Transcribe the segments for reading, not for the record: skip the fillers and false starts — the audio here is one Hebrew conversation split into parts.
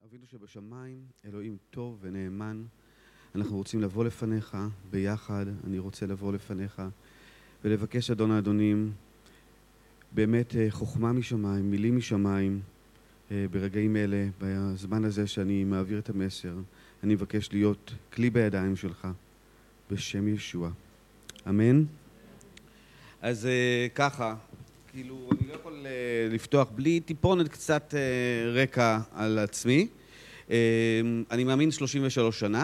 אבינו שבשמיים, אלוהים טוב ונאמן, אנחנו רוצים לבוא לפניך ביחד. אני רוצה לבוא לפניך ולבקש, אדון האדונים, באמת חוכמה משמיים, מילים משמיים, ברגעים אלה, בזמן הזה שאני מעביר את המסר. אני מבקש להיות כלי בידיים שלך, בשם ישוע. אמן. אז ככה, כאילו אני לא יכול לפתוח בלי טיפונת קצת רקע על עצמי. אני מאמין 33 שנה.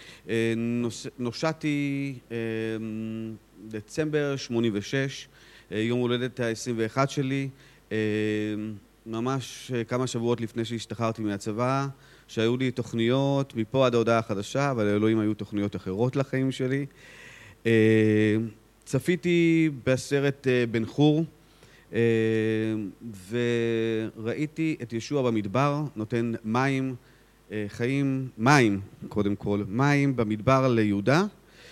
נושעתי דצמבר 86, יום הולדת ה-21 שלי, ממש כמה שבועות לפני שהשתחררתי מהצבא, שהיו לי תוכניות מפה עד ההודעה החדשה, אבל לאלוהים היו תוכניות אחרות לחיים שלי. צפיתי בסרט בן חור, וראיתי את ישוע במדבר נותן מים, חיים, מים קודם כל, מים במדבר ליהודה,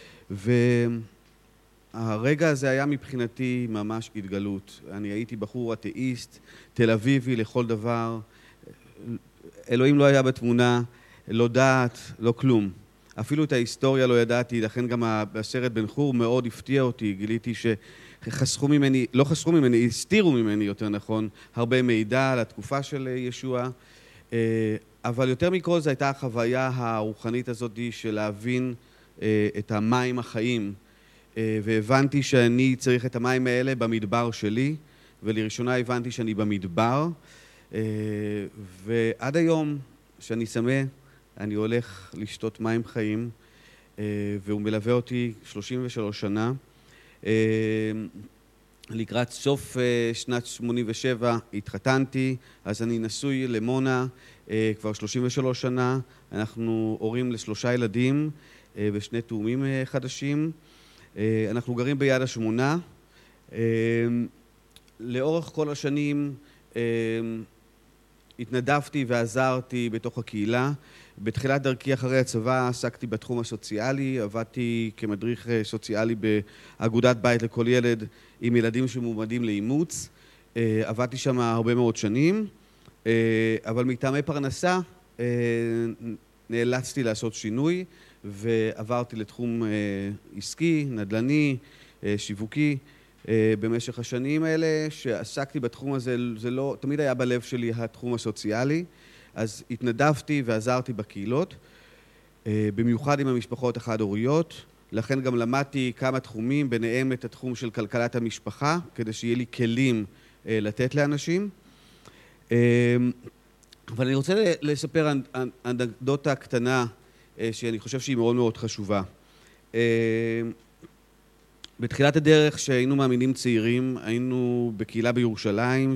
והרגע הזה היה מבחינתי ממש התגלות. אני הייתי בחור אתאיסט, תל אביבי לכל דבר, אלוהים לא היה בתמונה, לא דעת, לא כלום. אפילו את ההיסטוריה לא ידעתי, לכן גם בסרט בן חור מאוד הפתיע אותי, גיליתי שחסכו ממני, לא חסכו ממני, הסתירו ממני יותר נכון, הרבה מידע על התקופה של ישוע, אבל יותר מכל זו הייתה החוויה הרוחנית הזאת של להבין את המים החיים, והבנתי שאני צריך את המים האלה במדבר שלי, ולראשונה הבנתי שאני במדבר, ועד היום שאני צמא, אני הולך לשתות מים חיים, והוא מלווה אותי 33 שנה. לקראת סוף שנת 87 התחתנתי, אז אני נשוי למונה כבר 33 שנה. אנחנו הורים ל3 ילדים ו2 תאומים חדשים. אנחנו גרים ביד השמונה. לאורך כל השנים התנדבתי ועזרתי בתוך הקהילה. בתחילת דרכי אחרי הצבא עסקתי בתחום הסוציאלי, עבדתי כמדריך סוציאלי באגודת בית לכל ילד עם ילדים שמועמדים לאימוץ. עבדתי שם הרבה מאוד שנים, אבל מטעמי פרנסה נאלצתי לעשות שינוי ועברתי לתחום עסקי, נדל"ני, שיווקי. במשך השנים האלה שעסקתי בתחום הזה, זה לא, תמיד היה בלב שלי התחום הסוציאלי, אז התנדבתי ועזרתי בקהילות, במיוחד עם המשפחות החד-הוריות, לכן גם למדתי כמה תחומים, ביניהם את התחום של כלכלת המשפחה, כדי שיהיה לי כלים לתת לאנשים. אבל אני רוצה לספר אנקדוטה קטנה, שאני חושב שהיא מאוד מאוד חשובה. בתחילת הדרך שהיינו מאמינים צעירים, היינו בקהילה בירושלים,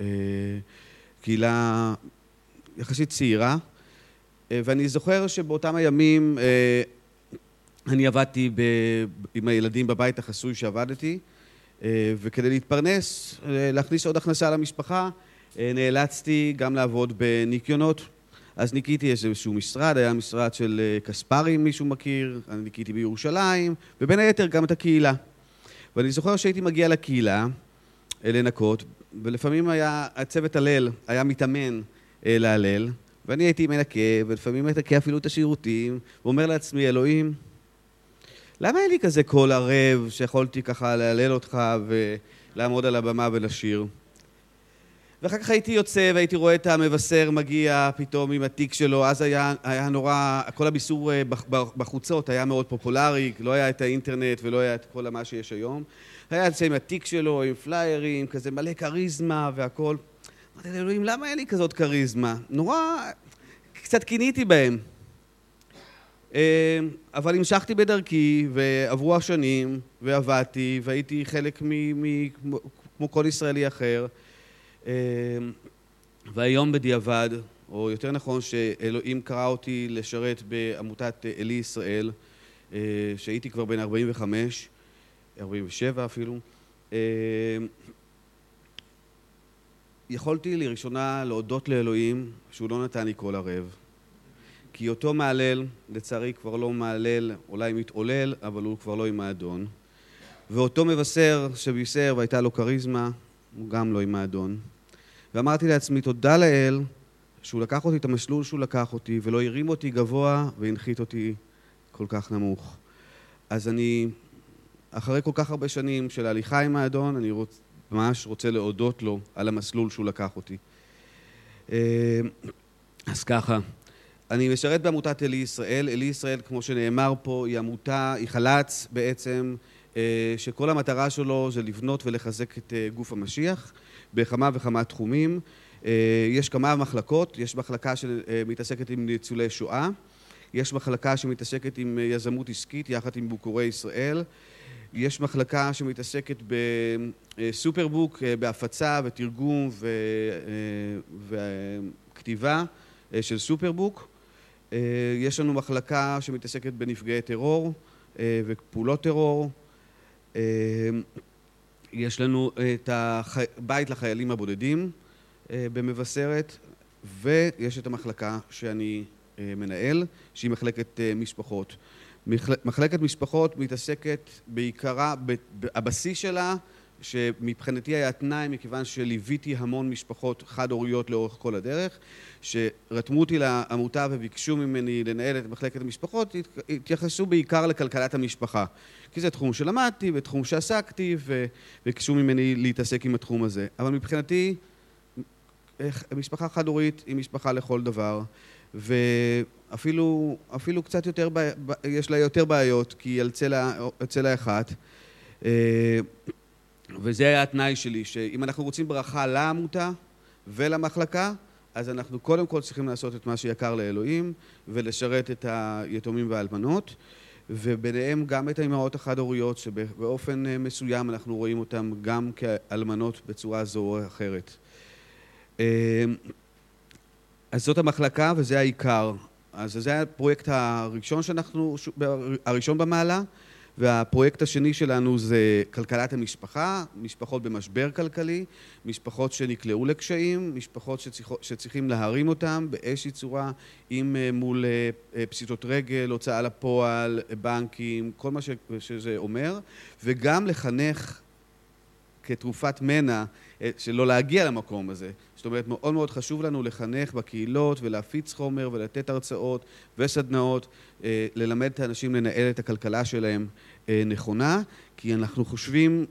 קהילה יחסית צעירה, ואני זוכר שבאותם הימים אני עבדתי עם הילדים בבית החסוי שעבדתי, וכדי להתפרנס, להכניס עוד הכנסה למשפחה, נאלצתי גם לעבוד בניקיונות. אז ניקיתי איזשהו משרד, היה משרד של קספרי, מישהו מכיר, אני ניקיתי בירושלים, ובין היתר גם את הקהילה. ואני זוכר שהייתי מגיע לקהילה לנקות, ולפעמים היה הצוות הלל, היה מתאמן להלל, ואני הייתי מנקה, ולפעמים מנקה אפילו את השירותים, ואומר לעצמי, אלוהים, למה אין לי כזה קול ערב שיכולתי ככה להלל אותך ולעמוד על הבמה ולשיר? ואחר כך הייתי יוצא והייתי רואה את המבשר מגיע פתאום עם התיק שלו, אז היה נורא, כל הביסור בחוצות היה מאוד פופולרי, לא היה את האינטרנט ולא היה את כל מה שיש היום. היה יוצא עם התיק שלו, עם פליירים, כזה מלא קריזמה והכל. אמרתי לאלוהים, למה אין לי כזאת קריזמה? נורא, קצת קיניתי בהם. אבל המשכתי בדרכי ועברו השנים ועבדתי והייתי חלק כמו כל ישראלי אחר. והיום בדיעבד, או יותר נכון שאלוהים קרא אותי לשרת בעמותת אלי ישראל, שהייתי כבר בן 45, 47 אפילו, יכולתי לראשונה להודות לאלוהים שהוא לא נתן לי קול ערב. כי אותו מעלל, לצערי כבר לא מעלל, אולי מתעולל, אבל הוא כבר לא עם האדון. ואותו מבשר שבישר והייתה לו קריזמה, הוא גם לא עם האדון. ואמרתי לעצמי, תודה לאל שהוא לקח אותי את המסלול שהוא לקח אותי, ולא הרים אותי גבוה והנחית אותי כל כך נמוך. אז אני, אחרי כל כך הרבה שנים של ההליכה עם האדון, אני ממש רוצה להודות לו על המסלול שהוא לקח אותי. אז ככה, אני משרת בעמותת אלי ישראל. אלי ישראל, כמו שנאמר פה, היא עמותה, היא חלץ בעצם, שכל המטרה שלו זה לבנות ולחזק את גוף המשיח בכמה וכמה תחומים. יש כמה מחלקות, יש מחלקה שמתעסקת עם ניצולי שואה, יש מחלקה שמתעסקת עם יזמות עסקית יחד עם בוקורי ישראל, יש מחלקה שמתעסקת בסופרבוק, בהפצה ותרגום וכתיבה של סופרבוק. יש לנו מחלקה שמתעסקת בנפגעי טרור ופעולות טרור. יש לנו את הבית לחיילים הבודדים במבשרת, ויש את המחלקה שאני מנהל, שהיא מחלקת משפחות. מחלקת משפחות מתעסקת בעיקרה, הבסיס שלה, שמבחינתי היה תנאי, מכיוון שליוויתי המון משפחות חד-הוריות לאורך כל הדרך, שרתמו אותי לעמותה וביקשו ממני לנהל את מחלקת המשפחות, התייחסו בעיקר לכלכלת המשפחה. כי זה תחום שלמדתי ותחום שעסקתי, וביקשו ממני להתעסק עם התחום הזה. אבל מבחינתי, משפחה חד-הורית היא משפחה לכל דבר, ואפילו קצת יותר, יש לה יותר בעיות, כי היא על צלע אחת. וזה היה התנאי שלי, שאם אנחנו רוצים ברכה לעמותה ולמחלקה, אז אנחנו קודם כל צריכים לעשות את מה שיקר לאלוהים, ולשרת את היתומים והאלמנות, וביניהם גם את האימהות החד-הוריות, שבאופן מסוים אנחנו רואים אותם גם כאלמנות בצורה זו או אחרת. אז זאת המחלקה וזה העיקר. אז זה הפרויקט הראשון במעלה, והפרויקט השני שלנו זה כלכלת המשפחה, משפחות במשבר כלכלי, משפחות שנקלעו לקשיים, משפחות שצריכים להרים אותם באיזושהי צורה, אם מול פשיטות רגל, הוצאה לפועל, בנקים, כל מה שזה אומר, וגם לחנך כתרופת מנע שלא להגיע למקום הזה. זאת אומרת, מאוד מאוד חשוב לנו לחנך בקהילות ולהפיץ חומר ולתת הרצאות וסדנאות, ללמד את האנשים לנהל את הכלכלה שלהם נכונה, כי אנחנו חושבים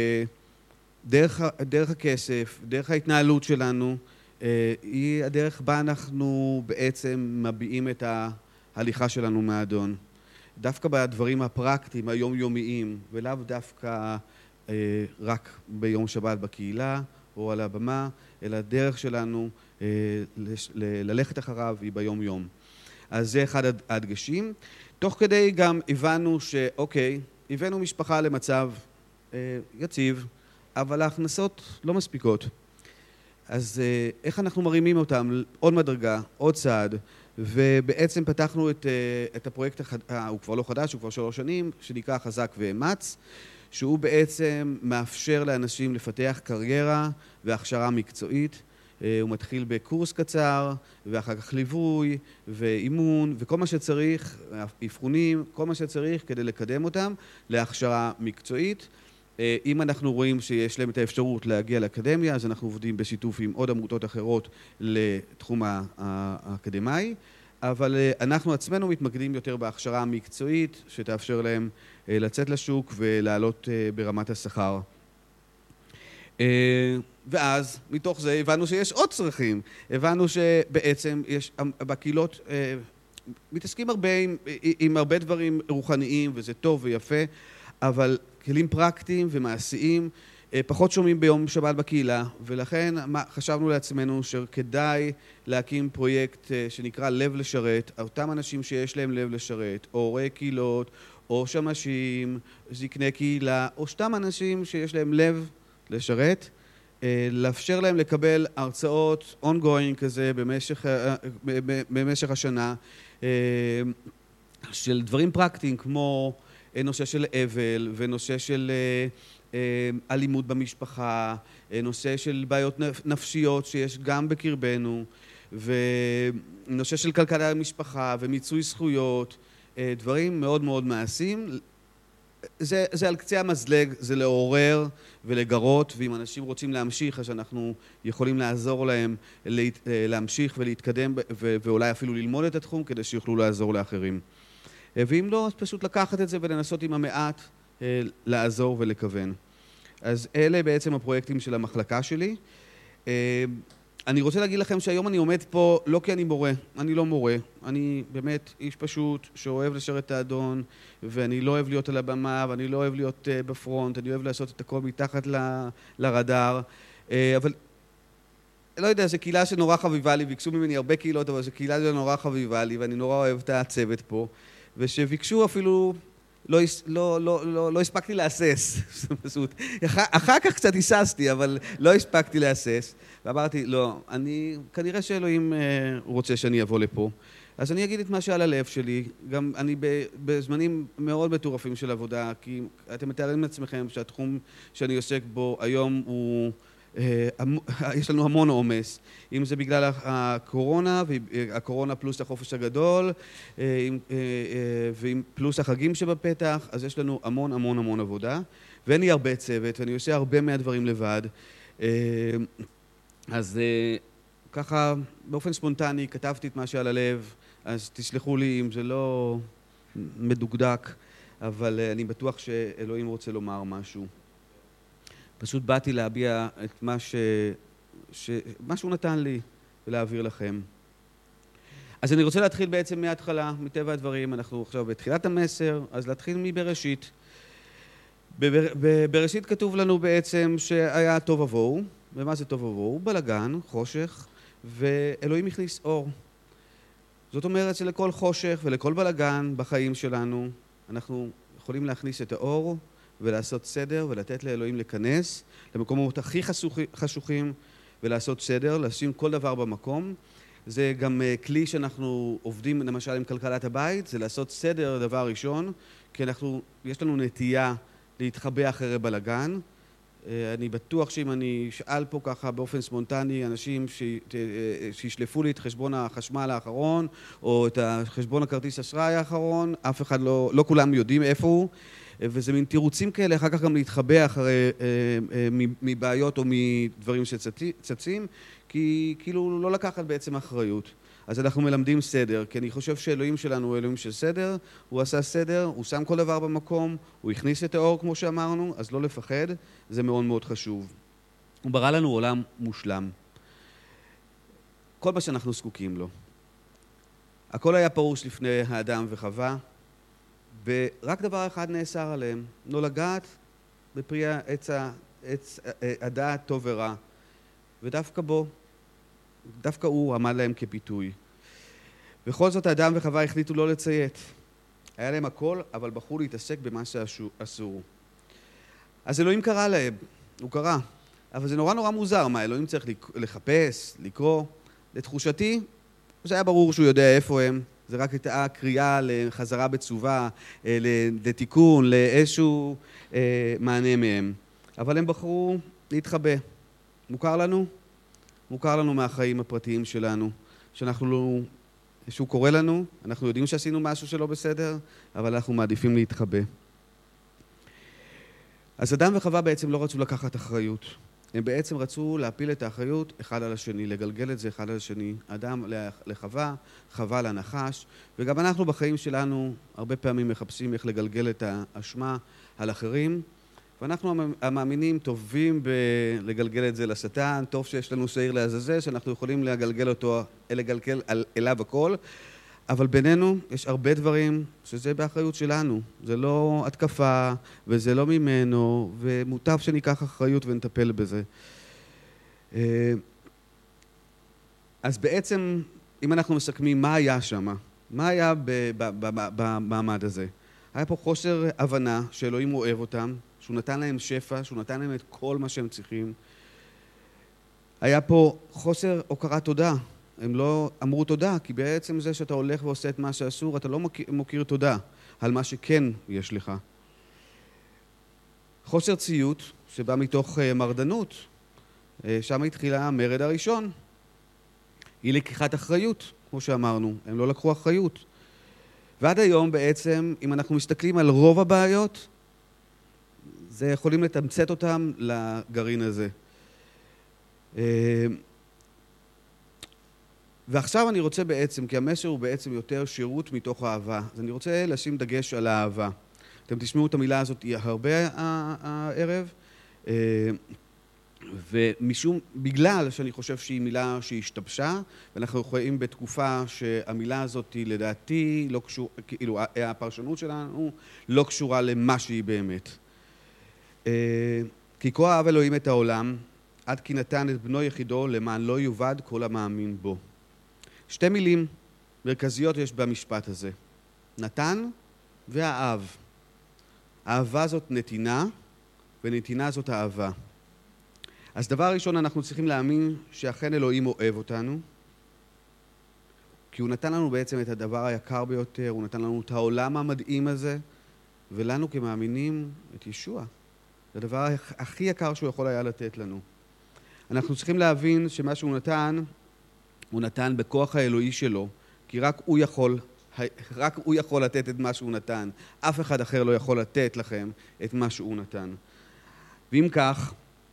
שדרך הכסף, דרך ההתנהלות שלנו, היא הדרך בה אנחנו בעצם מביעים את ההליכה שלנו מהאדון. דווקא בדברים הפרקטיים, היומיומיים, ולאו דווקא רק ביום שבת בקהילה או על הבמה, אלא הדרך שלנו ללכת אחריו היא ביום יום. אז זה אחד ההדגשים. תוך כדי גם הבנו שאוקיי, הבאנו משפחה למצב יציב, אבל ההכנסות לא מספיקות. אז איך אנחנו מרימים אותם? עוד מדרגה, עוד צעד, ובעצם פתחנו את הפרויקט, הוא כבר לא חדש, הוא כבר 3 שנים, שנקרא חזק ואמץ, שהוא בעצם מאפשר לאנשים לפתח קריירה והכשרה מקצועית. הוא מתחיל בקורס קצר, ואחר כך ליווי ואימון, וכל מה שצריך, אבחונים, כל מה שצריך כדי לקדם אותם להכשרה מקצועית. אם אנחנו רואים שיש להם את האפשרות להגיע לאקדמיה, אז אנחנו עובדים בשיתוף עם עוד עמותות אחרות לתחום האקדמי, אבל אנחנו עצמנו מתמקדים יותר בהכשרה המקצועית, שתאפשר להם לצאת לשוק ולעלות ברמת השכר. ואז מתוך זה הבנו שיש עוד צרכים. הבנו שבעצם יש בקהילות מתעסקים הרבה עם הרבה דברים רוחניים, וזה טוב ויפה, אבל כלים פרקטיים ומעשיים פחות שומעים ביום שבת בקהילה, ולכן חשבנו לעצמנו שכדאי להקים פרויקט שנקרא לב לשרת, אותם אנשים שיש להם לב לשרת, או הורי קהילות, או שמשים, זקני קהילה, או סתם אנשים שיש להם לב לשרת, לאפשר להם לקבל הרצאות ongoing כזה במשך השנה, של דברים פרקטיים כמו נושא של אבל ונושא של אלימות במשפחה, נושא של בעיות נפשיות שיש גם בקרבנו, ונושא של כלכלה במשפחה ומיצוי זכויות, דברים מאוד מאוד מעשיים, זה על קצה המזלג, זה לעורר ולגרות, ואם אנשים רוצים להמשיך, אז אנחנו יכולים לעזור להם להמשיך ולהתקדם, ואולי אפילו ללמוד את התחום, כדי שיוכלו לעזור לאחרים. ואם לא, אז פשוט לקחת את זה ולנסות עם המעט לעזור ולכוון. אז אלה בעצם הפרויקטים של המחלקה שלי. אני רוצה להגיד לכם שהיום אני עומד פה לא כי אני מורה, אני לא מורה, אני באמת איש פשוט שאוהב לשרת את האדון, ואני לא אוהב להיות על הבמה, ואני לא אוהב להיות בפרונט, אני אוהב לעשות את הכל מתחת לרדאר, אבל לא יודע, זו קהילה שנורא חביבה לי, ביקשו ממני הרבה קהילות, אבל זו קהילה שנורא חביבה לי, ואני נורא אוהב את הצוות פה, ושביקשו אפילו לא הספקתי להסס, פשוט. אחר כך קצת היססתי, אבל לא הספקתי להסס. ואמרתי, לא, כנראה שאלוהים רוצה שאני אבוא לפה. אז אני אגיד את מה שעל הלב שלי. גם אני בזמנים מאוד מטורפים של עבודה, כי אתם מתארים לעצמכם שהתחום שאני עוסק בו היום הוא... יש לנו המון עומס, אם זה בגלל הקורונה, והקורונה פלוס החופש הגדול, פלוס החגים שבפתח, אז יש לנו המון המון המון עבודה, ואין לי הרבה צוות, ואני עושה הרבה מהדברים לבד. אז ככה, באופן ספונטני, כתבתי את מה שעל הלב, אז תסלחו לי אם זה לא מדוקדק, אבל אני בטוח שאלוהים רוצה לומר משהו. פשוט באתי להביע את מה שהוא נתן לי ולהעביר לכם. אז אני רוצה להתחיל בעצם מההתחלה, מטבע הדברים. אנחנו עכשיו בתחילת המסר, אז להתחיל מבראשית. בראשית כתוב לנו בעצם שהיה טוב ובוהו. ומה זה טוב ובוהו? בלגן, חושך, ואלוהים הכניס אור. זאת אומרת שלכל חושך ולכל בלגן בחיים שלנו, אנחנו יכולים להכניס את האור, ולעשות סדר ולתת לאלוהים לכנס למקומות הכי חשוכים ולעשות סדר, לשים כל דבר במקום. זה גם כלי שאנחנו עובדים למשל עם כלכלת הבית, זה לעשות סדר דבר ראשון, כי יש לנו נטייה להתחבא אחרי בלגן. אני בטוח שאם אני אשאל פה ככה באופן ספונטני אנשים שישלפו לי את חשבון החשמל האחרון או את חשבון הכרטיס אשראי האחרון, אף אחד לא כולם יודעים איפה הוא. וזה מין תירוצים כאלה, אחר כך גם להתחבא אחרי מבעיות או מדברים שצצים, כי כאילו לא לקחת בעצם אחריות. אז אנחנו מלמדים סדר, כי אני חושב שאלוהים שלנו הוא אלוהים של סדר, הוא עשה סדר, הוא שם כל דבר במקום, הוא הכניס את האור כמו שאמרנו, אז לא לפחד, זה מאוד מאוד חשוב. הוא ברא לנו עולם מושלם. כל מה שאנחנו זקוקים לו. הכל היה פרוש לפני האדם וחווה, ורק דבר אחד נאסר עליהם, לא לגעת בפרי עץ הדעת טוב ורע, ודווקא בו, דווקא הוא עמד להם כפיתוי. בכל זאת האדם וחווה החליטו לא לציית. היה להם הכל, אבל בחרו להתעסק במה שאסור. אז אלוהים קרא להם, הוא קרא, אבל זה נורא נורא מוזר, מה אלוהים צריך לחפש, לקרוא. לתחושתי, זה היה ברור שהוא יודע איפה הם, זה רק הייתה קריאה לחזרה בתשובה, לתיקון, לאיזשהו מענה מהם. אבל הם בחרו להתחבא. מוכר לנו? מוכר לנו מהחיים הפרטיים שלנו, שהוא קורא לנו, אנחנו יודעים שעשינו משהו שלא בסדר, אבל אנחנו מעדיפים להתחבא. אז אדם וחווה בעצם לא רצו לקחת אחריות. הם בעצם רצו להפיל את האחריות אחד על השני, לגלגל את זה אחד על השני. אדם לחווה, חווה לנחש, וגם אנחנו בחיים שלנו הרבה פעמים מחפשים איך לגלגל את האשמה על אחרים, ואנחנו המאמינים טובים בלגלגל את זה לשטן, טוב שיש לנו שעיר לעזאזל, שאנחנו יכולים לגלגל אליו הכל, אבל בינינו יש הרבה דברים שזה באחריות שלנו. זה לא התקפה וזה לא ממנו, ומוטב שניקח אחריות ונטפל בזה. אז בעצם, אם אנחנו מסכמים מה היה שם, מה היה במעמד הזה? היה פה חוסר הבנה שאלוהים אוהב אותם, שהוא נתן להם שפע, שהוא נתן להם את כל מה שהם צריכים. היה פה חוסר הוקרת תודה. הם לא אמרו תודה, כי בעצם זה שאתה הולך ועושה את מה שאסור, אתה לא מוקיר תודה על מה שכן יש לך. חוסר ציות, שבא מתוך מרדנות, שם התחילה המרד הראשון. היא לקיחת אחריות, כמו שאמרנו, הם לא לקחו אחריות. ועד היום בעצם, אם אנחנו מסתכלים על רוב הבעיות, זה יכולים לתמצת אותם לגרעין הזה. ועכשיו אני רוצה בעצם, כי המסר הוא בעצם יותר שירות מתוך אהבה, אז אני רוצה לשים דגש על האהבה. אתם תשמעו את המילה הזאת הרבה הערב, בגלל שאני חושב שהיא מילה שהשתבשה, ואנחנו רואים בתקופה שהמילה הזאת לדעתי לא קשורה, כאילו הפרשנות שלנו לא קשורה למה שהיא באמת. כי כה אהב אלוהים את העולם, עד כי נתן את בנו יחידו למען לא יאבד כל המאמין בו. שתי מילים מרכזיות יש במשפט הזה. נתן והאהב. אהבה זאת נתינה, ונתינה זאת אהבה. אז דבר ראשון, אנחנו צריכים להאמין שאכן אלוהים אוהב אותנו, כי הוא נתן לנו בעצם את הדבר היקר ביותר, הוא נתן לנו את העולם המדהים הזה, ולנו כמאמינים את ישוע. זה הדבר הכי יקר שהוא יכול היה לתת לנו. אנחנו צריכים להבין שמה שהוא נתן, הוא נתן בכוח האלוהי שלו, כי רק הוא יכול לתת את מה שהוא נתן. אף אחד אחר לא יכול לתת לכם את מה שהוא נתן. ואם כך,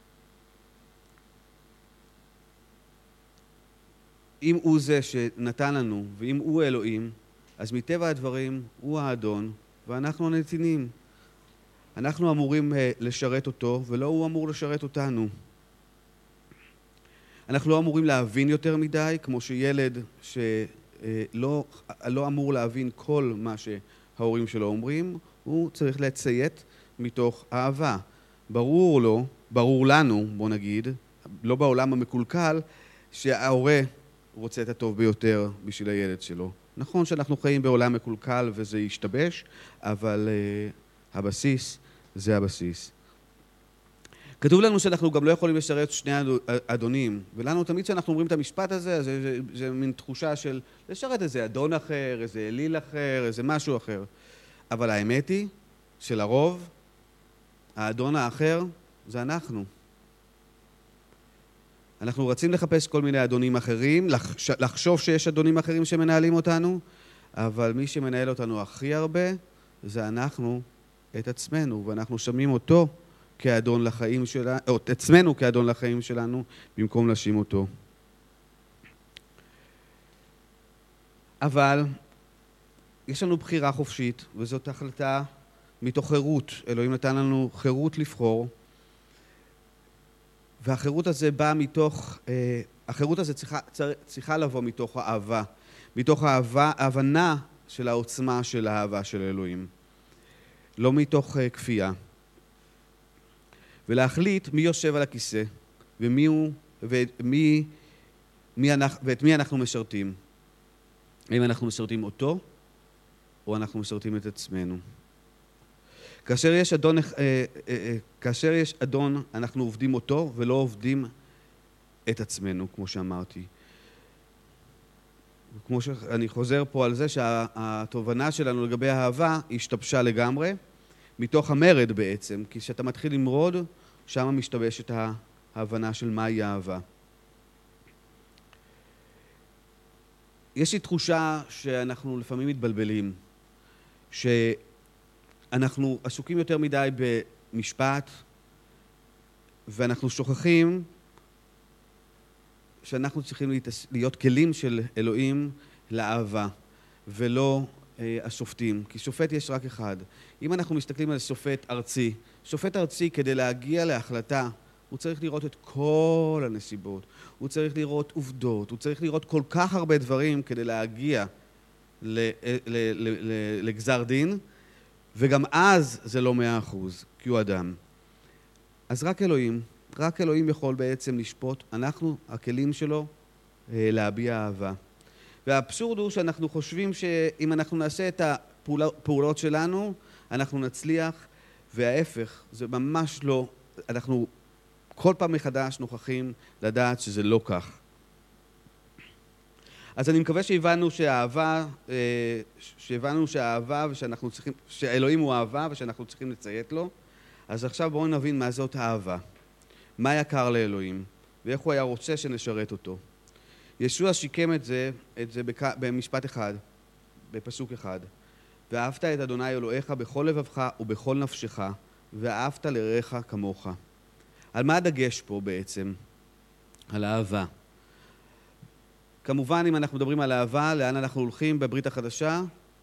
אם הוא זה שנתן לנו, ואם הוא אלוהים, אז מטבע הדברים הוא האדון, ואנחנו הנתינים. אנחנו אמורים לשרת אותו, ולא הוא אמור לשרת אותנו. אנחנו לא אמורים להבין יותר מדי, כמו שילד שלא אמור להבין כל מה שההורים שלו אומרים, הוא צריך לציית מתוך אהבה. ברור לנו, בוא נגיד, לא בעולם המקולקל, שההורה רוצה את הטוב ביותר בשביל הילד שלו. נכון שאנחנו חיים בעולם מקולקל וזה ישתבש, אבל הבסיס זה הבסיס. כתוב לנו שאנחנו גם לא יכולים לשרת שני אדונים, ולנו תמיד כשאנחנו אומרים את המשפט הזה, זה מין תחושה של לשרת איזה אדון אחר, איזה אליל אחר, איזה משהו אחר. אבל האמת היא שלרוב, האדון האחר זה אנחנו. אנחנו רצים לחפש כל מיני אדונים אחרים, לחשוב שיש אדונים אחרים שמנהלים אותנו, אבל מי שמנהל אותנו הכי הרבה זה אנחנו, את עצמנו, ואנחנו שמים אותו כאדון לחיים שלנו, או את עצמנו כאדון לחיים שלנו, במקום להשים אותו. אבל יש לנו בחירה חופשית, וזאת החלטה מתוך חירות. אלוהים נתן לנו חירות לבחור, והחירות הזה באה מתוך, החירות הזה צריכה לבוא מתוך האהבה, מתוך ההבנה של העוצמה של האהבה של אלוהים, לא מתוך כפייה. ולהחליט מי יושב על הכיסא, ואת מי אנחנו משרתים. האם אנחנו משרתים אותו, או אנחנו משרתים את עצמנו. כאשר יש אדון, אנחנו עובדים אותו, ולא עובדים את עצמנו, כמו שאמרתי. כמו שאני חוזר פה על זה שהתובנה שלנו לגבי האהבה השתבשה לגמרי, מתוך המרד בעצם, כי כשאתה מתחיל למרוד, שם משתבשת ההבנה של מהי האהבה. יש לי תחושה שאנחנו לפעמים מתבלבלים, שאנחנו עסוקים יותר מדי במשפט, ואנחנו שוכחים שאנחנו צריכים להיות כלים של אלוהים לאהבה, ולא השופטים, כי שופט יש רק אחד. אם אנחנו מסתכלים על שופט ארצי כדי להגיע להחלטה, הוא צריך לראות את כל הנסיבות, הוא צריך לראות עובדות, הוא צריך לראות כל כך הרבה דברים כדי להגיע לגזר דין, וגם אז זה לא 100%, כי הוא אדם. אז רק אלוהים יכול בעצם לשפוט, אנחנו הכלים שלו להביע אהבה. והאבסורד הוא שאנחנו חושבים שאם אנחנו נעשה את הפעולות שלנו, אנחנו נצליח, וההפך, זה ממש לא, אנחנו כל פעם מחדש נוכחים לדעת שזה לא כך. אז אני מקווה שהבנו שהאהבה ושאנחנו צריכים, שאלוהים הוא אהבה ושאנחנו צריכים לציית לו. אז עכשיו בואו נבין מה זאת אהבה. מה יקר לאלוהים, ואיך הוא היה רוצה שנשרת אותו. ישוע שיקם את זה במשפט אחד, בפסוק אחד. ואהבת את אדוני אלוהיך בכל לבבך ובכל נפשך ואהבת לרעך כמוך. על מה הדגש פה בעצם? על אהבה. כמובן, אם אנחנו מדברים על אהבה, לאן אנחנו הולכים בברית החדשה?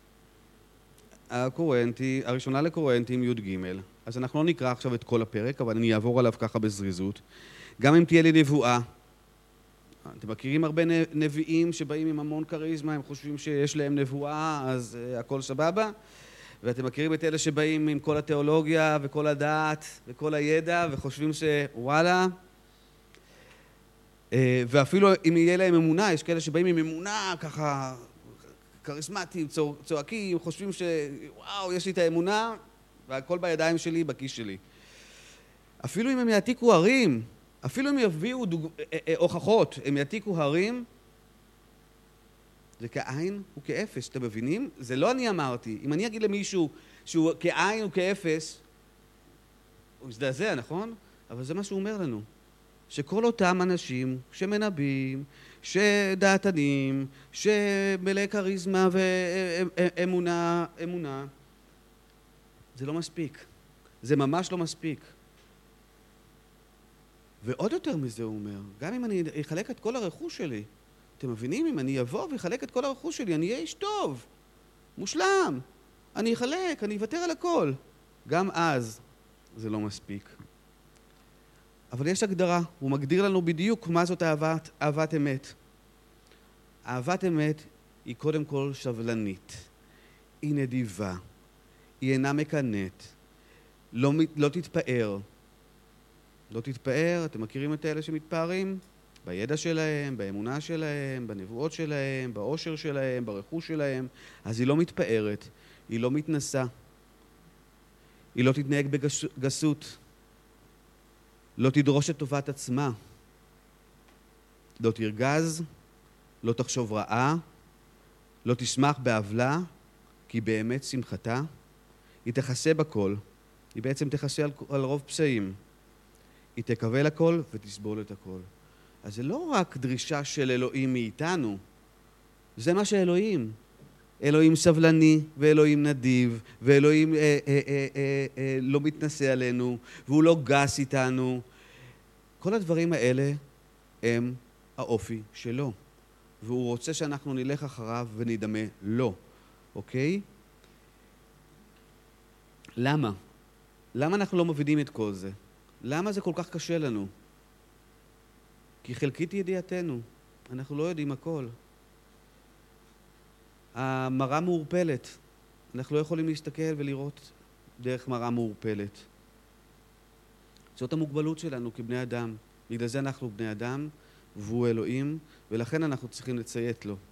הראשונה לקורינתים י"ג. אז אנחנו לא נקרא עכשיו את כל הפרק, אבל אני אעבור עליו ככה בזריזות. גם אם תהיה לי נבואה, אתם מכירים הרבה נביאים שבאים עם המון קריזמה, הם חושבים שיש להם נבואה, אז הכל סבבה. ואתם מכירים את אלה שבאים עם כל התיאולוגיה וכל הדעת וכל הידע, וחושבים שוואלה. ואפילו אם יהיה להם אמונה, יש כאלה שבאים עם אמונה ככה קריזמטיים, צועקים, חושבים שוואו, יש לי את האמונה, והכל בידיים שלי, בכיס שלי. אפילו אם הם יעתיקו הרים, אפילו אם יביאו הוכחות, הם יעתיקו הרים, זה כעין וכאפס, אתם מבינים? זה לא אני אמרתי. אם אני אגיד למישהו שהוא כעין וכאפס, הוא יזדעזע, נכון? אבל זה מה שהוא אומר לנו. שכל אותם אנשים שמנבאים, שדעתנים, שמלא כריזמה ואמונה, זה לא מספיק. זה ממש לא מספיק. ועוד יותר מזה הוא אומר, גם אם אני אחלק את כל הרכוש שלי, אתם מבינים? אם אני אבוא ואחלק את כל הרכוש שלי, אני אהיה איש טוב, מושלם. אני אחלק, אני אוותר על הכל. גם אז זה לא מספיק. אבל יש הגדרה, הוא מגדיר לנו בדיוק מה זאת אהבת אמת. אהבת אמת היא קודם כל סבלנית, היא נדיבה, היא אינה מקנאת, לא תתפאר. לא תתפאר, אתם מכירים את אלה שמתפארים? בידע שלהם, באמונה שלהם, בנבואות שלהם, באושר שלהם, ברכוש שלהם. אז היא לא מתפארת, היא לא מתנסה, היא לא תתנהג בגסות, לא תדרוש את טובת עצמה, לא תרגז, לא תחשוב רעה, לא תשמח בעוולה, כי באמת שמחתה. היא תכסה בכל, היא בעצם תכסה על רוב פשעים. היא תקבל הכל ותסבול את הכל. אז זה לא רק דרישה של אלוהים מאיתנו, זה מה שאלוהים. אלוהים סבלני ואלוהים נדיב, ואלוהים לא מתנשא עלינו, והוא לא גס איתנו. כל הדברים האלה הם האופי שלו, והוא רוצה שאנחנו נלך אחריו ונדמה לו, אוקיי? למה? למה אנחנו לא מבינים את כל זה? למה זה כל כך קשה לנו? כי חלקית ידיעתנו, אנחנו לא יודעים הכל. המראה מעורפלת, אנחנו לא יכולים להסתכל ולראות דרך מראה מעורפלת. זאת המוגבלות שלנו כבני אדם. בגלל זה אנחנו בני אדם, והוא אלוהים, ולכן אנחנו צריכים לציית לו.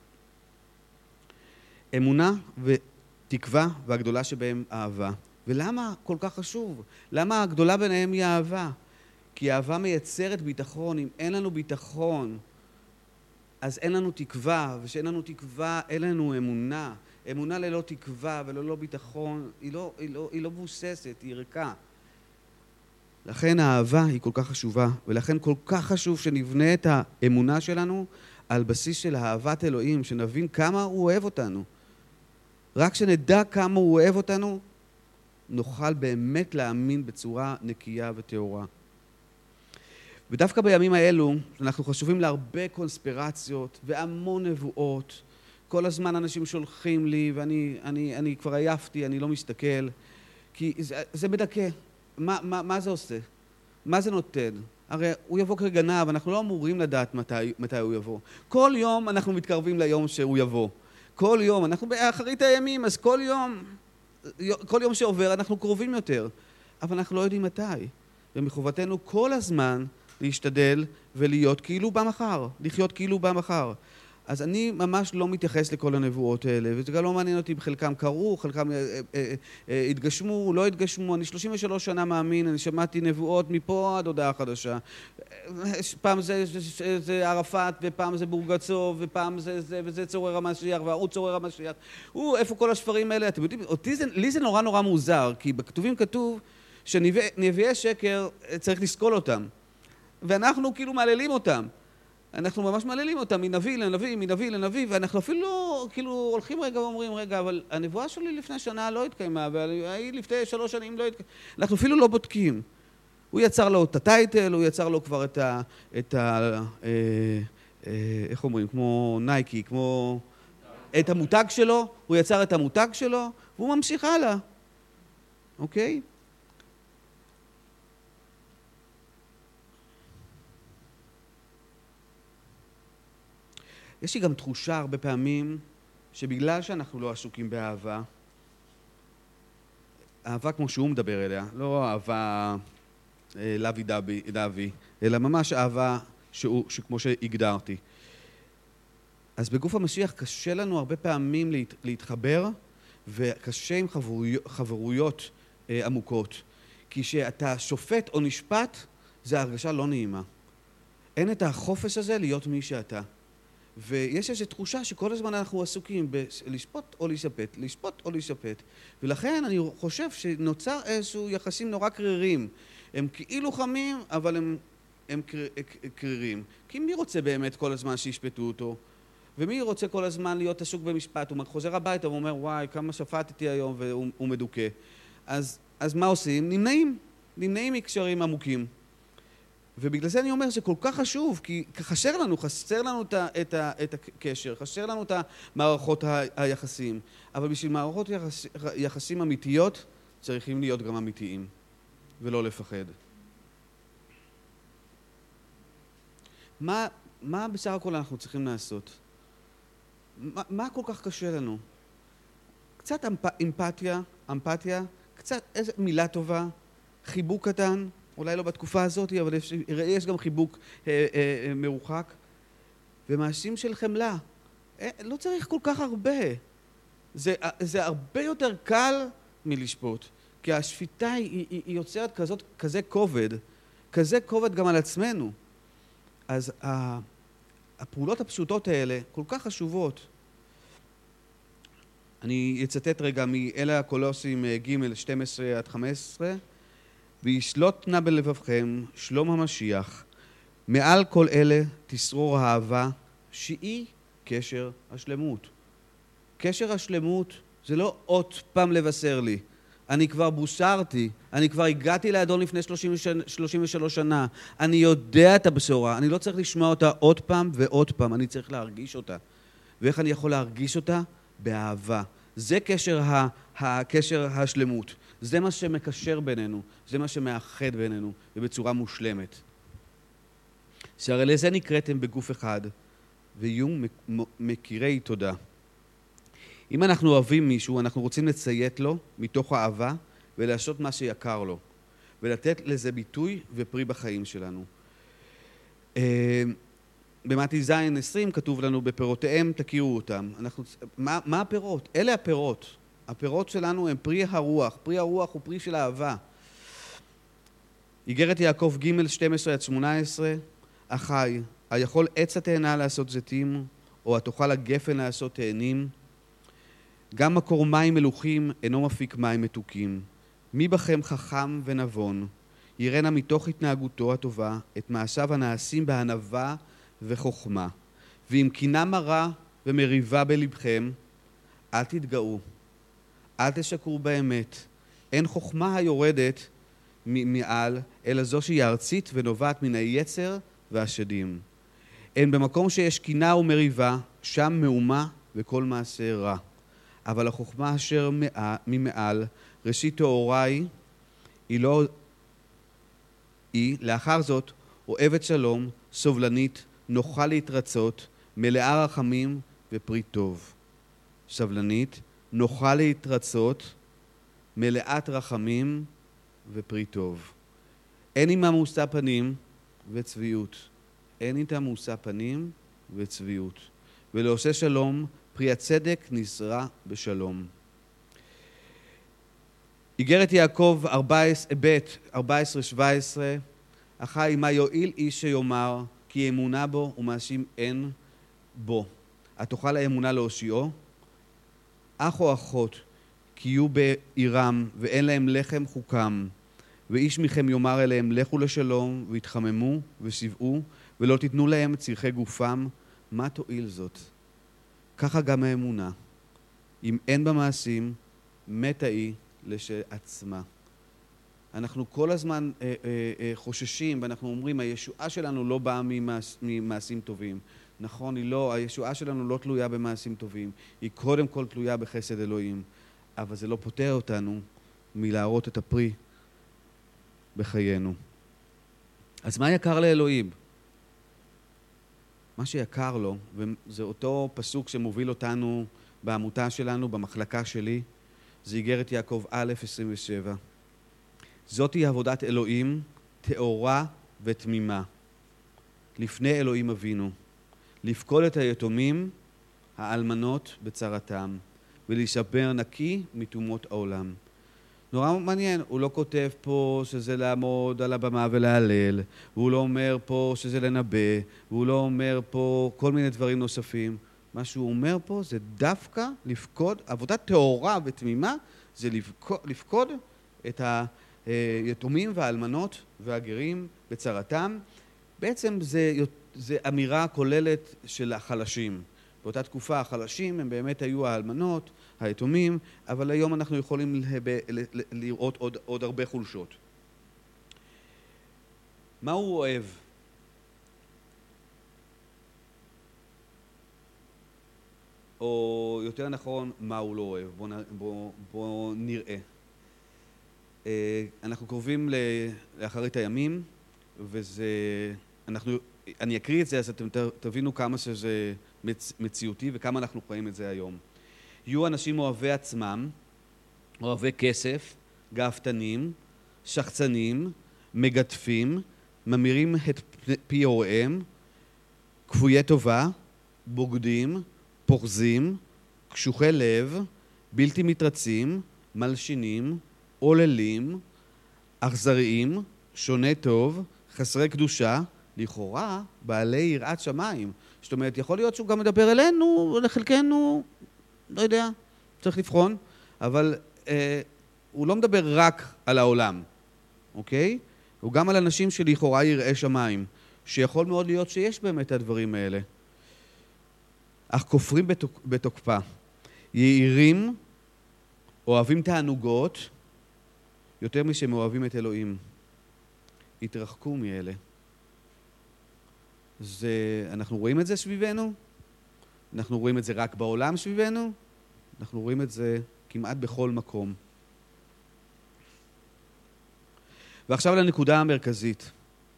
אמונה ותקווה, והגדולה שבהם אהבה. ולמה כל כך חשוב? למה הגדולה ביניהם היא אהבה? כי אהבה מייצרת ביטחון. אם אין לנו ביטחון, אז אין לנו תקווה, ושאין לנו תקווה, אין לנו אמונה. אמונה ללא תקווה וללא ביטחון, היא לא מבוססת, היא ריקה. לכן האהבה היא כל כך חשובה, ולכן כל כך חשוב שנבנה את האמונה שלנו על בסיס של אהבת אלוהים, שנבין כמה הוא אוהב אותנו. רק שנדע כמה הוא אוהב אותנו, נוכל באמת להאמין בצורה נקייה וטהורה. ודווקא בימים האלו, אנחנו חשובים להרבה קונספירציות והמון נבואות. כל הזמן אנשים שולחים לי, ואני כבר עייפתי, אני לא מסתכל. כי זה מדכא. מה זה עושה? מה זה נותן? הרי הוא יבוא כגנב, אנחנו לא אמורים לדעת מתי הוא יבוא. כל יום אנחנו מתקרבים ליום שהוא יבוא. כל יום, אנחנו באחרית הימים, אז כל יום שעובר אנחנו קרובים יותר. אבל אנחנו לא יודעים מתי. ומחובתנו כל הזמן להשתדל ולהיות כאילו במחר, לחיות כאילו במחר. אז אני ממש לא מתייחס לכל הנבואות האלה, וזה גם לא מעניין אותי אם חלקם קרו, חלקם התגשמו, לא התגשמו. אני 33 שנה מאמין, אני שמעתי נבואות מפה עד הודעה חדשה. פעם זה ערפאת, ופעם זה בורגצוב, ופעם זה, וזה צורר המשיח, והוא צורר המשיח. איפה כל הספרים האלה? אתם יודעים, לי זה נורא נורא מוזר, כי בכתובים כתוב שנביאי שקר צריך לסקול אותם. ואנחנו כאילו מעללים אותם. אנחנו ממש מעללים אותם מנביא לנביא, מנביא לנביא, ואנחנו אפילו לא, כאילו, הולכים רגע ואומרים, רגע, אבל הנבואה שלי לפני שנה לא התקיימה, והיא לפני 3 שנים לא התקיימה. אנחנו אפילו לא בודקים. הוא יצר לו את הטייטל, הוא יצר לו כבר איך אומרים, כמו נייקי, כמו את המותג שלו, הוא יצר את המותג שלו, והוא ממשיך הלאה. אוקיי? יש לי גם תחושה הרבה פעמים שבגלל שאנחנו לא עסוקים באהבה, אהבה כמו שהוא מדבר אליה, לא אהבה לוי דווי, אלא ממש אהבה כמו שהגדרתי. אז בגוף המשיח קשה לנו הרבה פעמים להתחבר, וקשה עם חברויות עמוקות. כי שאתה שופט או נשפט, זה הרגשה לא נעימה. אין את החופש הזה להיות מי שאתה. ויש איזו תחושה שכל הזמן אנחנו עסוקים בלשפוט או להישפט, לשפוט או להישפט. ולכן אני חושב שנוצר איזשהו יחסים נורא קרירים. הם כאילו חמים, אבל הם קרירים. כי מי רוצה באמת כל הזמן שישפטו אותו? ומי רוצה כל הזמן להיות עסוק במשפט? הוא חוזר הביתה ואומר, וואי, כמה שפטתי היום, והוא מדוכא. אז מה עושים? נמנעים מקשרים עמוקים. ובגלל זה אני אומר שכל כך חשוב, כי חסר לנו את הקשר, חסר לנו את מערכות היחסים. אבל בשביל מערכות יחסים אמיתיות, צריכים להיות גם אמיתיים, ולא לפחד. מה בסך הכל אנחנו צריכים לעשות? מה כל כך קשה לנו? קצת אמפתיה, קצת איזו מילה טובה, חיבוק קטן, אולי לא בתקופה הזאת, אבל יש גם חיבוק מרוחק, ומעשים של חמלה. לא צריך כל כך הרבה. זה הרבה יותר קל מלשפוט, כי השפיטה היא יוצרת כזה כובד גם על עצמנו. אז הפעולות הפשוטות האלה כל כך חשובות. אני אצטט רגע מאלה הקולוסים ג' 12 עד 15. וישלוט נא בלבבכם שלום המשיח. מעל כל אלה תשרור האהבה שהיא קשר השלמות. קשר השלמות זה לא עוד פעם לבשר לי. אני כבר בושרתי, אני כבר הגעתי לאדון לפני 33 שנה. אני יודע את הבשורה, אני לא צריך לשמוע אותה עוד פעם ועוד פעם, אני צריך להרגיש אותה. ואיך אני יכול להרגיש אותה? באהבה. זה הקשר השלמות. זה מה שמקשר בינינו, זה מה שמאחד בינינו, ובצורה מושלמת. שהרי לזה נקראתם בגוף אחד, ויהיו מכירי תודה. אם אנחנו אוהבים מישהו, אנחנו רוצים לציית לו מתוך האהבה, ולעשות מה שיקר לו, ולתת לזה ביטוי ופרי בחיים שלנו. במתי זין 20 כתוב לנו, בפירותיהם תכירו אותם. מה הפירות? אלה הפירות. הפירות שלנו הם פרי הרוח. פרי הרוח הוא פרי של אהבה. איגרת יעקב ג' 12 עד 18. אחי, היכול עץ התאנה לעשות זיתים, או התאכל הגפן לעשות תאנים? גם מקור מים מלוכים אינו מפיק מים מתוקים. מי בכם חכם ונבון? יראנה מתוך התנהגותו הטובה את מעשיו הנעשים בענווה וחוכמה. ואם קינה מרה ומריבה בלבכם, אל תתגאו. אל תשקרו באמת. אין חוכמה היורדת מעל, אלא זו שהיא ארצית ונובעת מן היצר והשדים. אין במקום שיש קינה ומריבה, שם מהומה וכל מעשה רע. אבל החוכמה אשר ממעל, ראשית טהורה היא, לאחר זאת, אוהבת שלום, סובלנית, נוחה להתרצות, מלאה רחמים ופרי טוב. סבלנית, נוחה להתרצות, מלאת רחמים ופרי טוב. אין עמה מושא פנים וצביעות. אין איתה מושא פנים וצביעות. ולעושה שלום, פרי הצדק נזרע בשלום. איגרת יעקב 14-17. אחי, מה יועיל איש שיאמר, כי אמונה בו ומאשים אין בו. התוכל האמונה להושיעו? אח או אחות, כי יהיו בעירם ואין להם לחם חוקם. ואיש מכם יאמר אליהם, לכו לשלום והתחממו ושבעו, ולא תיתנו להם צרכי גופם. מה תועיל זאת? ככה גם האמונה. אם אין במעשים, מתה היא לשעצמה. אנחנו כל הזמן חוששים, ואנחנו אומרים, הישועה שלנו לא באה ממעשים טובים. נכון, היא לא, הישועה שלנו לא תלויה במעשים טובים. היא קודם כל תלויה בחסד אלוהים. אבל זה לא פותר אותנו מלהראות את הפרי בחיינו. אז מה יקר לאלוהים? מה שיקר לו, וזה אותו פסוק שמוביל אותנו בעמותה שלנו, במחלקה שלי, זה איגרת יעקב א' 27. זאת היא עבודת אלוהים, טהורה ותמימה, לפני אלוהים אבינו, לפקוד את היתומים, האלמנות בצרתם, ולהישבר נקי מטומאות העולם. נורא מעניין, הוא לא כותב פה שזה לעמוד על הבמה ולהלל, והוא לא אומר פה שזה לנבא, והוא לא אומר פה כל מיני דברים נוספים. מה שהוא אומר פה זה דווקא לפקוד, עבודת טהורה ותמימה, זה לפקוד את היתומים והאלמנות והגרים בצרתם. בעצם זה אמירה כוללת של החלשים. באותה תקופה החלשים הם באמת היו האלמנות, היתומים, אבל היום אנחנו יכולים לראות עוד הרבה חולשות. מה הוא אוהב? או יותר נכון, מה הוא לא אוהב? בואו נראה. אנחנו קרובים לאחרית הימים, אני אקריא את זה, אז אתם תבינו כמה שזה מציאותי וכמה אנחנו חיים את זה היום. יהיו אנשים אוהבי עצמם, אוהבי כסף, גאוותנים, שחצנים, מגדפים, ממירים את פי הוריהם, כפויי טובה, בוגדים, פוחזים, קשוחי לב, בלתי מתרצים, מלשינים, עוללים, אכזריים, שונה טוב, חסרי קדושה, לכאורה בעלי יראת שמיים. זאת אומרת, יכול להיות שהוא גם מדבר אלינו, לחלקנו, לא יודע, צריך לבחון, אבל הוא לא מדבר רק על העולם, אוקיי? הוא גם על אנשים שלכאורה יראי שמיים, שיכול מאוד להיות שיש באמת הדברים האלה. אך כופרים בתוקפה, יעירים, אוהבים תענוגות, יותר משהם אוהבים את אלוהים. התרחקו מאלה. אנחנו רואים את זה סביבנו? אנחנו רואים את זה רק בעולם סביבנו? אנחנו רואים את זה כמעט בכל מקום. ועכשיו לנקודה המרכזית,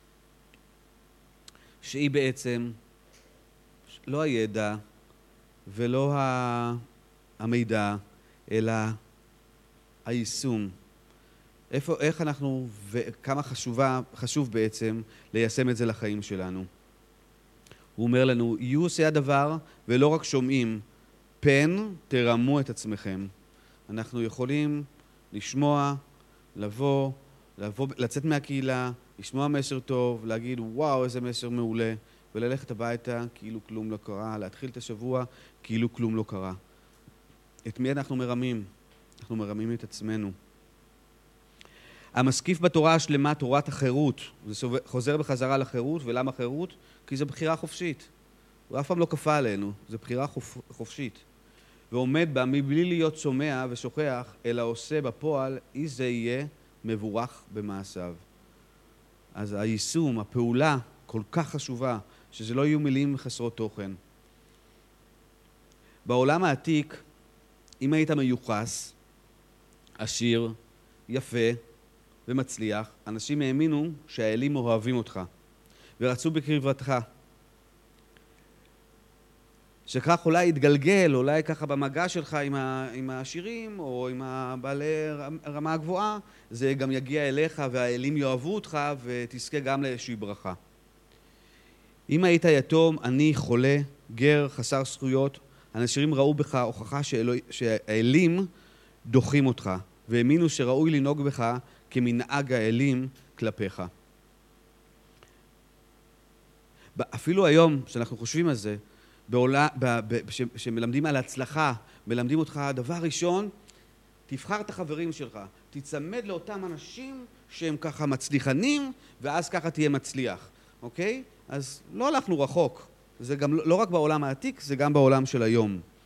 שהיא בעצם לא הידע ולא המידע, אלא היישום. איך אנחנו וכמה חשוב בעצם ליישם את זה לחיים שלנו. הוא אומר לנו, יהיו עושי הדבר ולא רק שומעים, פן תרמו את עצמכם. אנחנו יכולים לשמוע, לבוא, לצאת מהקהילה, לשמוע מסר טוב, להגיד וואו איזה מסר מעולה, וללכת הביתה כאילו כלום לא קרה, להתחיל את השבוע כאילו כלום לא קרה. את מי אנחנו מרמים? אנחנו מרמים את עצמנו. המשקיף בתורה השלמה, תורת החירות, זה חוזר בחזרה לחירות, ולמה חירות? כי זו בחירה חופשית. הוא אף פעם לא כפה עלינו, זו בחירה חופשית. ועומד בה מבלי להיות שומע ושוכח, אלא עושה בפועל, אי זה יהיה מבורך במעשיו. אז היישום, הפעולה, כל כך חשובה, שזה לא יהיו מילים חסרות תוכן. בעולם העתיק, אם היית מיוחס, עשיר, יפה ומצליח, אנשים האמינו שהאלים אוהבים אותך ורצו בקרבתך. שכך אולי יתגלגל, אולי ככה במגע שלך עם העשירים או עם הבעלי רמה הגבוהה, זה גם יגיע אליך והאלים יאהבו אותך ותזכה גם לאיזושהי ברכה. אם היית יתום, אני חולה, גר, חסר זכויות, אנשים ראו בך הוכחה שהאלים דוחים אותך והאמינו שראוי לנהוג בך כמנהג האלים כלפיך. אפילו היום, שאנחנו חושבים על זה, שמלמדים על הצלחה, מלמדים אותך דבר ראשון, תבחר את החברים שלך, תצמד לאותם אנשים שהם ככה מצליחנים, ואז ככה תהיה מצליח, אוקיי? אז לא הלכנו רחוק, זה גם לא רק בעולם העתיק, זה גם בעולם של היום.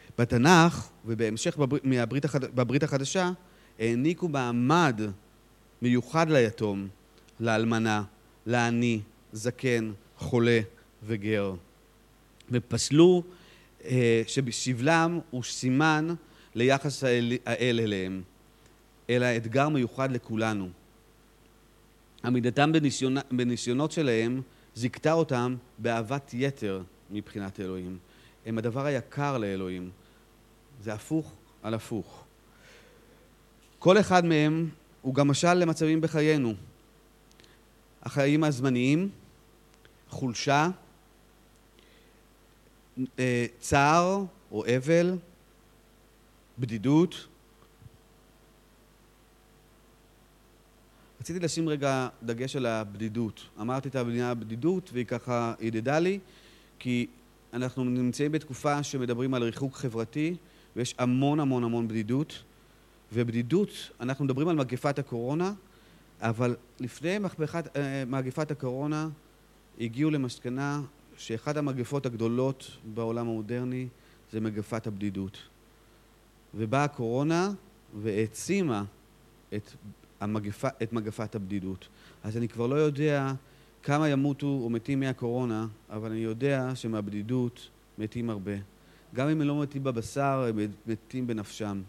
בתנ"ך, ובהמשך בברית החדשה, העניקו מעמד מיוחד ליתום, לאלמנה, לעני, זקן, חולה וגר. ופסלו שבשבלם הוא סימן ליחס האל אליהם, אלא אתגר מיוחד לכולנו. עמידתם בניסיונות שלהם זיכתה אותם באהבת יתר מבחינת אלוהים. הם הדבר היקר לאלוהים. זה הפוך על הפוך. כל אחד מהם הוא גם משל למצבים בחיינו. החיים הזמניים, חולשה, צער או אבל, בדידות. רציתי לשים רגע דגש על הבדידות. אמרתי את המילה הבדידות והיא ככה ידדה לי, כי אנחנו נמצאים בתקופה שמדברים על ריחוק חברתי, ויש המון בדידות. ובדידות, אנחנו מדברים על מגפת הקורונה, אבל לפני מגפת הקורונה הגיעו למסקנה שאחת המגפות הגדולות בעולם המודרני זה מגפת הבדידות. ובאה הקורונה והעצימה את מגפת הבדידות. אז אני כבר לא יודע כמה ימותו או מתים מהקורונה, אבל אני יודע שמהבדידות מתים הרבה. גם אם הם לא מתים בבשר, הם מתים בנפשם.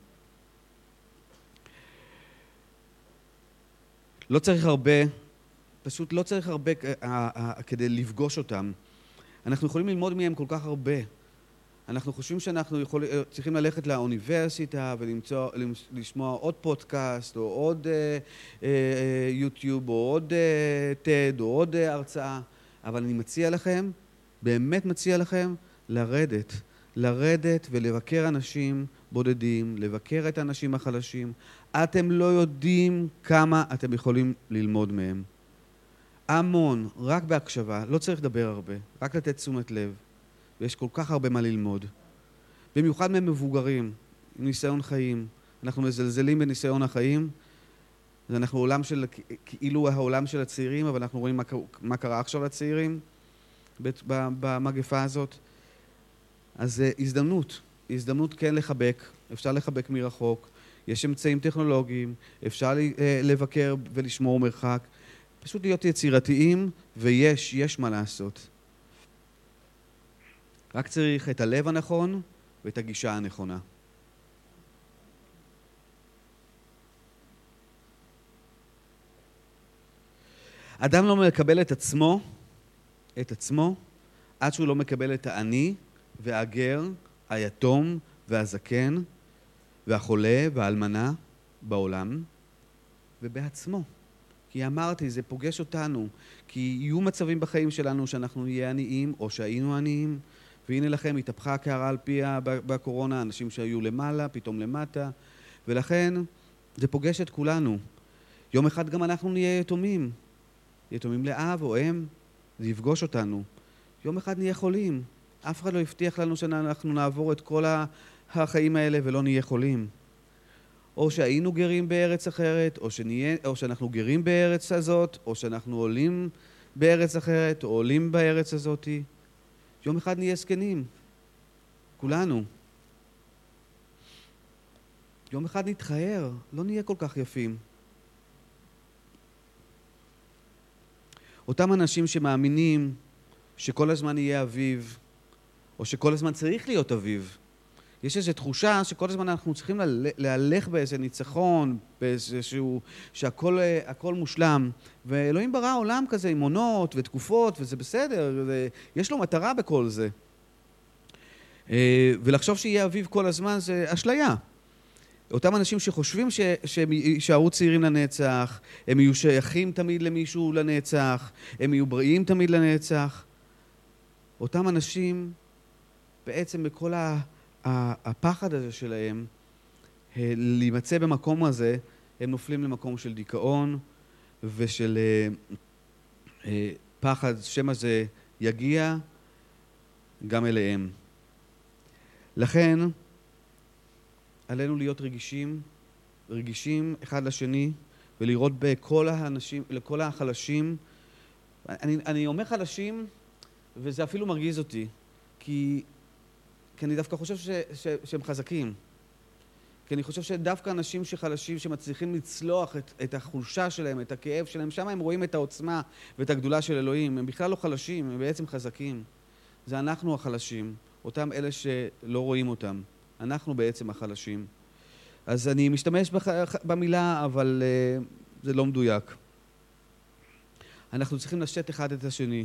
לא צריך הרבה, פשוט לא צריך הרבה כדי לפגוש אותם. אנחנו יכולים ללמוד מהם כל כך הרבה. אנחנו חושבים שאנחנו צריכים ללכת לאוניברסיטה ולשמוע עוד פודקאסט או עוד יוטיוב או עוד TED או עוד הרצאה, אבל אני מציע לכם, באמת מציע לכם, לרדת ולבקר אנשים בודדים, לבקר את האנשים החלשים. אתם לא יודעים כמה אתם יכולים ללמוד מהם. המון, רק בהקשבה, לא צריך לדבר הרבה, רק לתת תשומת לב. ויש כל כך הרבה מה ללמוד. במיוחד ממבוגרים, עם ניסיון חיים. אנחנו מזלזלים בניסיון החיים. אנחנו עולם של, כאילו העולם של הצעירים, אבל אנחנו רואים מה קרה עכשיו לצעירים במגפה הזאת. אז זה הזדמנות כן לחבק. אפשר לחבק מרחוק. יש אמצעים טכנולוגיים. אפשר לבקר ולשמור מרחק. פשוט להיות יצירתיים, ויש מה לעשות. רק צריך את הלב הנכון ואת הגישה הנכונה. אדם לא מקבל את עצמו, עד שהוא לא מקבל את העני והגר, היתום והזקן והחולה והאלמנה בעולם ובעצמו. כי אמרתי, זה פוגש אותנו, כי יהיו מצבים בחיים שלנו שאנחנו נהיה עניים או שהיינו עניים, והנה לכם, התהפכה הקערה על פיה בקורונה, אנשים שהיו למעלה, פתאום למטה, ולכן זה פוגש את כולנו. יום אחד גם אנחנו נהיה יתומים לאב או אם, זה יפגוש אותנו. יום אחד נהיה חולים, אף אחד לא הבטיח לנו שאנחנו נעבור את כל החיים האלה ולא נהיה חולים. או שהיינו גרים בארץ אחרת, או שאנחנו גרים בארץ הזאת, או שאנחנו עולים בארץ אחרת, או עולים בארץ הזאת. יום אחד נהיה זקנים, כולנו. יום אחד נתחהר, לא נהיה כל כך יפים. אותם אנשים שמאמינים שכל הזמן יהיה אביב, או שכל הזמן צריך להיות אביב, יש איזו תחושה שכל הזמן אנחנו צריכים להלך באיזה ניצחון, באיזשהו, שהכל מושלם. ואלוהים ברא עולם כזה עם עונות ותקופות, וזה בסדר, יש לו מטרה בכל זה. ולחשוב שיהיה אביב כל הזמן זה אשליה. אותם אנשים שחושבים שהם יישארו צעירים לנצח, הם יהיו שייכים תמיד למישהו לנצח, הם יהיו בריאים תמיד לנצח. אותם אנשים בעצם בכל הפחד הזה שלהם, להימצא במקום הזה, הם נופלים למקום של דיכאון ושל פחד שמא זה יגיע גם אליהם. לכן, עלינו להיות רגישים אחד לשני, ולראות בכל האנשים, לכל החלשים. אני אומר חלשים, וזה אפילו מרגיז אותי, כי כי אני דווקא חושב שהם חזקים. כי אני חושב שדווקא אנשים שחלשים, שמצליחים לצלוח את החולשה שלהם, את הכאב שלהם, שם הם רואים את העוצמה ואת הגדולה של אלוהים. הם בכלל לא חלשים, הם בעצם חזקים. זה אנחנו החלשים, אותם אלה שלא רואים אותם. אנחנו בעצם החלשים. אז אני משתמש במילה, אבל זה לא מדויק. אנחנו צריכים לשאת אחד את השני,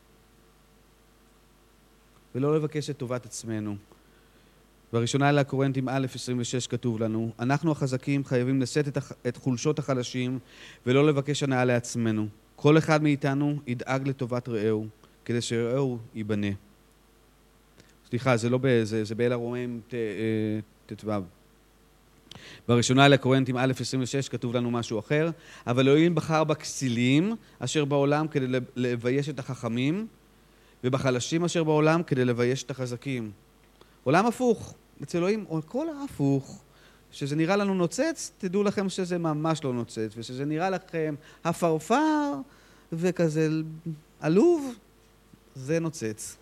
ולא לבקש את טובת עצמנו. בראשונה לקורינתים א' 26 כתוב לנו, אנחנו החזקים חייבים לשאת את חולשות החלשים, ולא לבקש הנאה לעצמנו. כל אחד מאיתנו ידאג לטובת רעהו, כדי שרעהו ייבנה. סליחה, זה באל הרומאים ט"ו. בראשונה לקורינתים א' 26 כתוב לנו משהו אחר, אבל אלוהים בחר בכסילים אשר בעולם כדי לבייש את החכמים, ובחלשים אשר בעולם כדי לבייש את החזקים. עולם הפוך, אצל אלוהים הכל הפוך. שזה נראה לנו נוצץ, תדעו לכם שזה ממש לא נוצץ, ושזה נראה לכם הפרפר וכזה עלוב, זה נוצץ.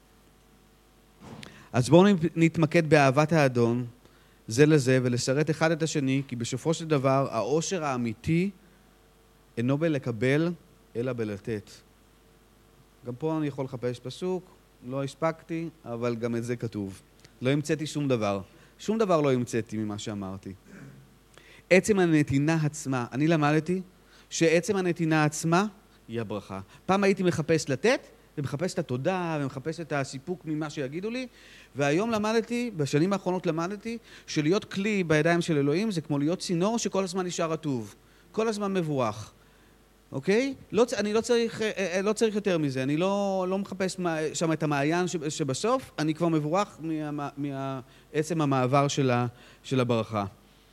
אז בואו נתמקד באהבת האדון, זה לזה, ולשרת אחד את השני, כי בסופו של דבר, העושר האמיתי אינו בלקבל, אלא בלתת. גם פה אני יכול לחפש פסוק, לא הספקתי, אבל גם את זה כתוב. לא המצאתי שום דבר. שום דבר לא המצאתי ממה שאמרתי. עצם הנתינה עצמה, אני למדתי שעצם הנתינה עצמה היא הברכה. פעם הייתי מחפש לתת, ומחפש את התודה, ומחפש את הסיפוק ממה שיגידו לי, והיום למדתי, בשנים האחרונות למדתי, שלהיות כלי בידיים של אלוהים זה כמו להיות צינור שכל הזמן נשאר רטוב. כל הזמן מבורך. אוקיי? אני לא צריך יותר מזה. אני לא מחפש שם את המעיין שבסוף, אני כבר מבורך מעצם המעבר של הברכה.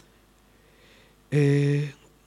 אבל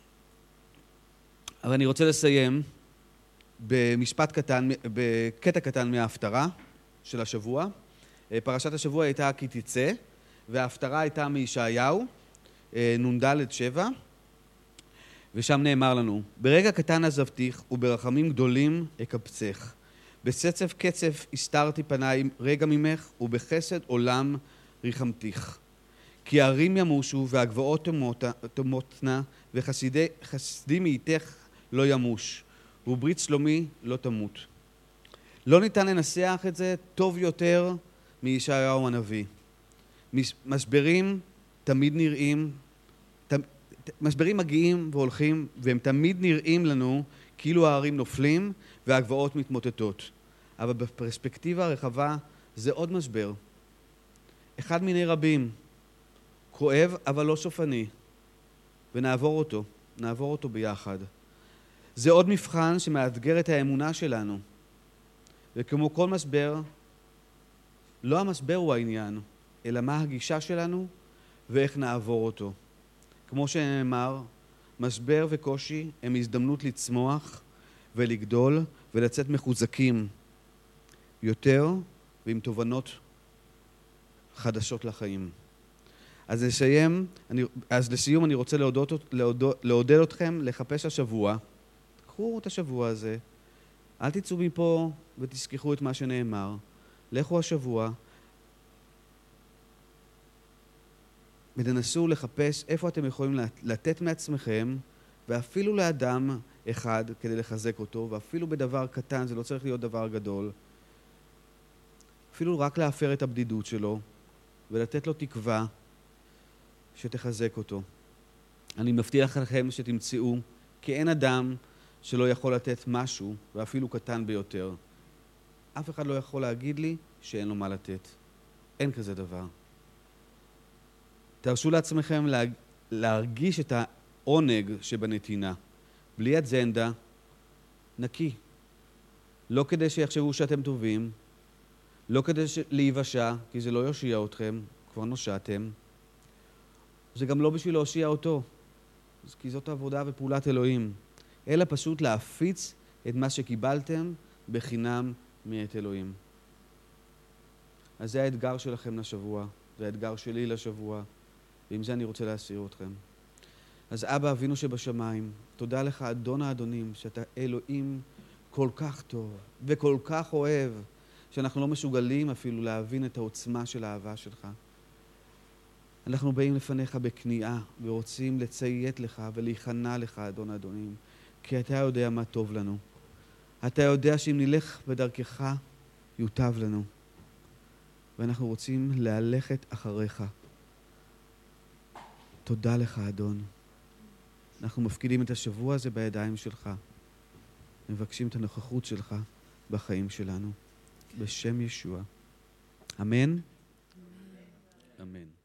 אני רוצה לסיים במשפט קטן, בקטע קטן מההפטרה של השבוע. פרשת השבוע הייתה כי תצא, וההפטרה הייתה מישעיהו, נ"ד 7, ושם נאמר לנו, ברגע קטן עזבתיך וברחמים גדולים אקבצך. בצצף קצף הסתרתי פניי רגע ממך, ובחסד עולם ריחמתיך. כי הערים ימושו והגבעות תמותנה, וחסדי מאיתך לא ימוש, וברית שלומי לא תמות. לא ניתן לנסח את זה טוב יותר מישעיהו הנביא. משברים תמיד נראים, משברים מגיעים והולכים, והם תמיד נראים לנו כאילו הערים נופלים והגבעות מתמוטטות. אבל בפרספקטיבה הרחבה זה עוד משבר. אחד מיני רבים, כואב אבל לא סופני, ונעבור אותו ביחד. זה עוד מבחן שמאתגר את האמונה שלנו. וכמו כל משבר, לא המשבר הוא העניין, אלא מה הגישה שלנו ואיך נעבור אותו. כמו שנאמר, משבר וקושי הם הזדמנות לצמוח ולגדול ולצאת מחוזקים יותר ועם תובנות חדשות לחיים. אז לסיום אני רוצה לעודד אתכם לחפש השבוע. קחו את השבוע הזה, אל תצאו מפה ותזכחו את מה שנאמר. לכו השבוע ותנסו לחפש איפה אתם יכולים לתת מעצמכם, ואפילו לאדם אחד כדי לחזק אותו, ואפילו בדבר קטן, זה לא צריך להיות דבר גדול. אפילו רק להפר את הבדידות שלו, ולתת לו תקווה שתחזק אותו. אני מבטיח לכם שתמצאו, כי אין אדם שלא יכול לתת משהו, ואפילו קטן ביותר. אף אחד לא יכול להגיד לי שאין לו מה לתת. אין כזה דבר. תרשו לעצמכם להרגיש את העונג שבנתינה. בלי אג'נדה, נקי. לא כדי שיחשבו שאתם טובים, לא כדי להיוושע, כי זה לא יושיע אתכם, כבר נושעתם. זה גם לא בשביל להושיע אותו, כי זאת עבודה ופעולת אלוהים. אלא פשוט להפיץ את מה שקיבלתם בחינם מאת אלוהים. אז זה האתגר שלכם לשבוע, זה האתגר שלי לשבוע, ועם זה אני רוצה להסיר אתכם. אז אבא אבינו שבשמיים, תודה לך אדון האדונים, שאתה אלוהים כל כך טוב וכל כך אוהב, שאנחנו לא מסוגלים אפילו להבין את העוצמה של האהבה שלך. אנחנו באים לפניך בכניעה ורוצים לציית לך ולהיכנע לך, אדון אדונים, כי אתה יודע מה טוב לנו. אתה יודע שאם נלך בדרכך, יוטב לנו. ואנחנו רוצים ללכת אחריך. תודה לך, אדון. אנחנו מפקידים את השבוע הזה בידיים שלך. מבקשים את הנוכחות שלך בחיים שלנו. בשם ישוע. אמן. אמן.